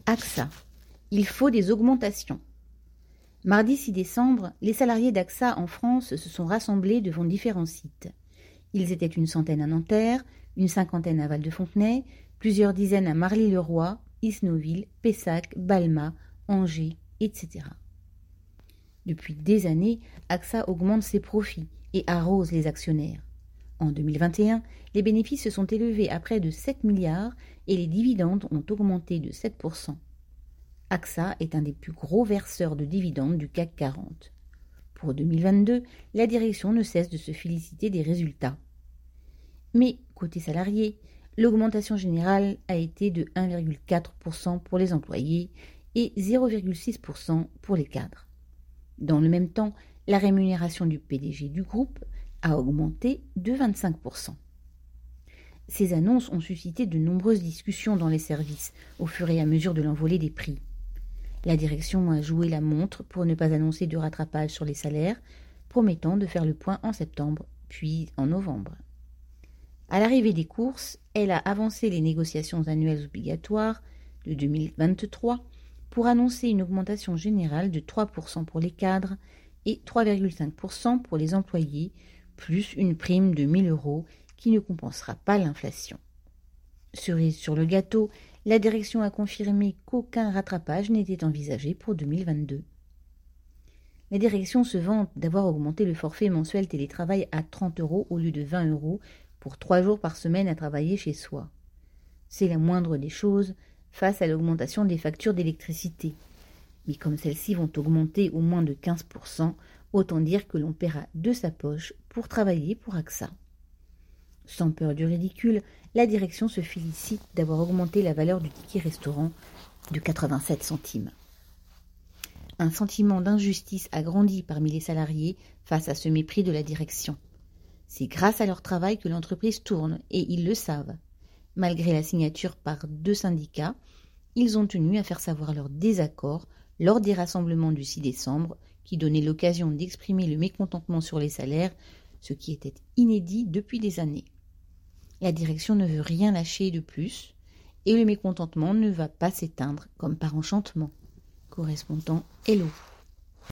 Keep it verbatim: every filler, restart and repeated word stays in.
A X A. Il faut des augmentations. Mardi six décembre, les salariés d'A X A en France se sont rassemblés devant différents sites. Ils étaient une centaine à Nanterre, une cinquantaine à Val-de-Fontenay, plusieurs dizaines à Marly-le-Roi, Isnoville, Pessac, Balma, Angers, et cetera. Depuis des années, A X A augmente ses profits et arrose les actionnaires. En deux mille vingt et un, les bénéfices se sont élevés à près de sept milliards et les dividendes ont augmenté de sept pour cent. A X A est un des plus gros verseurs de dividendes du C A C quarante. Pour deux mille vingt-deux, la direction ne cesse de se féliciter des résultats. Mais, côté salariés, l'augmentation générale a été de un virgule quatre pour cent pour les employés et zéro virgule six pour cent pour les cadres. Dans le même temps, la rémunération du P D G du groupe a augmenté de vingt-cinq pour cent. Ces annonces ont suscité de nombreuses discussions dans les services au fur et à mesure de l'envolée des prix. La direction a joué la montre pour ne pas annoncer de rattrapage sur les salaires, promettant de faire le point en septembre, puis en novembre. À l'arrivée des courses, elle a avancé les négociations annuelles obligatoires de deux mille vingt-trois pour annoncer une augmentation générale de trois pour cent pour les cadres et trois virgule cinq pour cent pour les employés, plus une prime de mille euros qui ne compensera pas l'inflation. Cerise sur le gâteau, la direction a confirmé qu'aucun rattrapage n'était envisagé pour deux mille vingt-deux. La direction se vante d'avoir augmenté le forfait mensuel télétravail à trente euros au lieu de vingt euros pour trois jours par semaine à travailler chez soi. C'est la moindre des choses face à l'augmentation des factures d'électricité. Mais comme celles-ci vont augmenter au moins de quinze pour cent, autant dire que l'on paiera de sa poche pour travailler pour A X A. Sans peur du ridicule, la direction se félicite d'avoir augmenté la valeur du ticket restaurant de quatre-vingt-sept centimes. Un sentiment d'injustice a grandi parmi les salariés face à ce mépris de la direction. C'est grâce à leur travail que l'entreprise tourne et ils le savent. Malgré la signature par deux syndicats, ils ont tenu à faire savoir leur désaccord lors des rassemblements du six décembre qui donnaient l'occasion d'exprimer le mécontentement sur les salaires, ce qui était inédit depuis des années. La direction ne veut rien lâcher de plus et le mécontentement ne va pas s'éteindre comme par enchantement. Correspondant Hello.